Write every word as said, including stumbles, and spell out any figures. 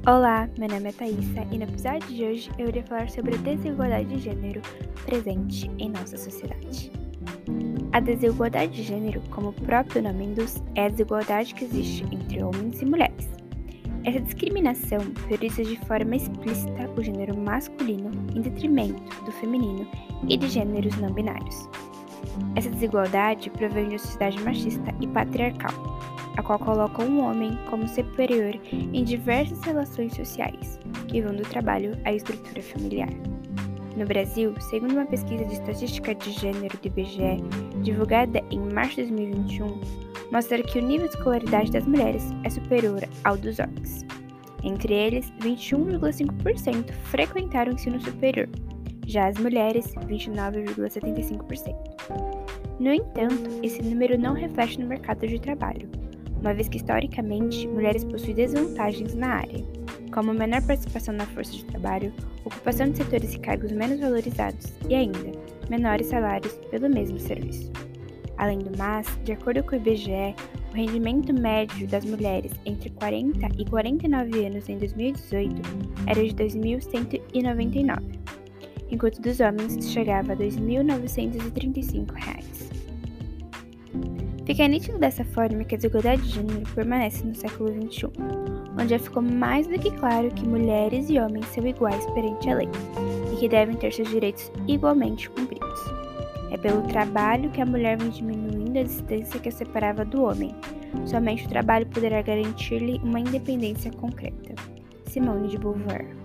Olá, meu nome é Thaisa e no episódio de hoje eu irei falar sobre a desigualdade de gênero presente em nossa sociedade. A desigualdade de gênero, como o próprio nome induz, é a desigualdade que existe entre homens e mulheres. Essa discriminação prioriza de forma explícita o gênero masculino em detrimento do feminino e de gêneros não binários. Essa desigualdade provém de uma sociedade machista e patriarcal, a qual coloca um homem como superior em diversas relações sociais, que vão do trabalho à estrutura familiar. No Brasil, segundo uma pesquisa de estatística de gênero do I B G E, divulgada em março de dois mil e vinte e um, mostra que o nível de escolaridade das mulheres é superior ao dos homens. Entre eles, vinte e um vírgula cinco por cento frequentaram o ensino superior, já as mulheres, vinte e nove vírgula setenta e cinco por cento. No entanto, esse número não reflete no mercado de trabalho, uma vez que, historicamente, mulheres possuem desvantagens na área, como menor participação na força de trabalho, ocupação de setores e cargos menos valorizados e, ainda, menores salários pelo mesmo serviço. Além do mais, de acordo com o I B G E, o rendimento médio das mulheres entre quarenta e quarenta e nove anos em dois mil e dezoito era de dois mil cento e noventa e nove, enquanto dos homens chegava a dois mil novecentos e trinta e cinco reais. Fica nítido dessa forma que a desigualdade de gênero permanece no século vinte e um, onde já ficou mais do que claro que mulheres e homens são iguais perante a lei e que devem ter seus direitos igualmente cumpridos. É pelo trabalho que a mulher vem diminuindo a distância que a separava do homem. Somente o trabalho poderá garantir-lhe uma independência concreta. Simone de Beauvoir.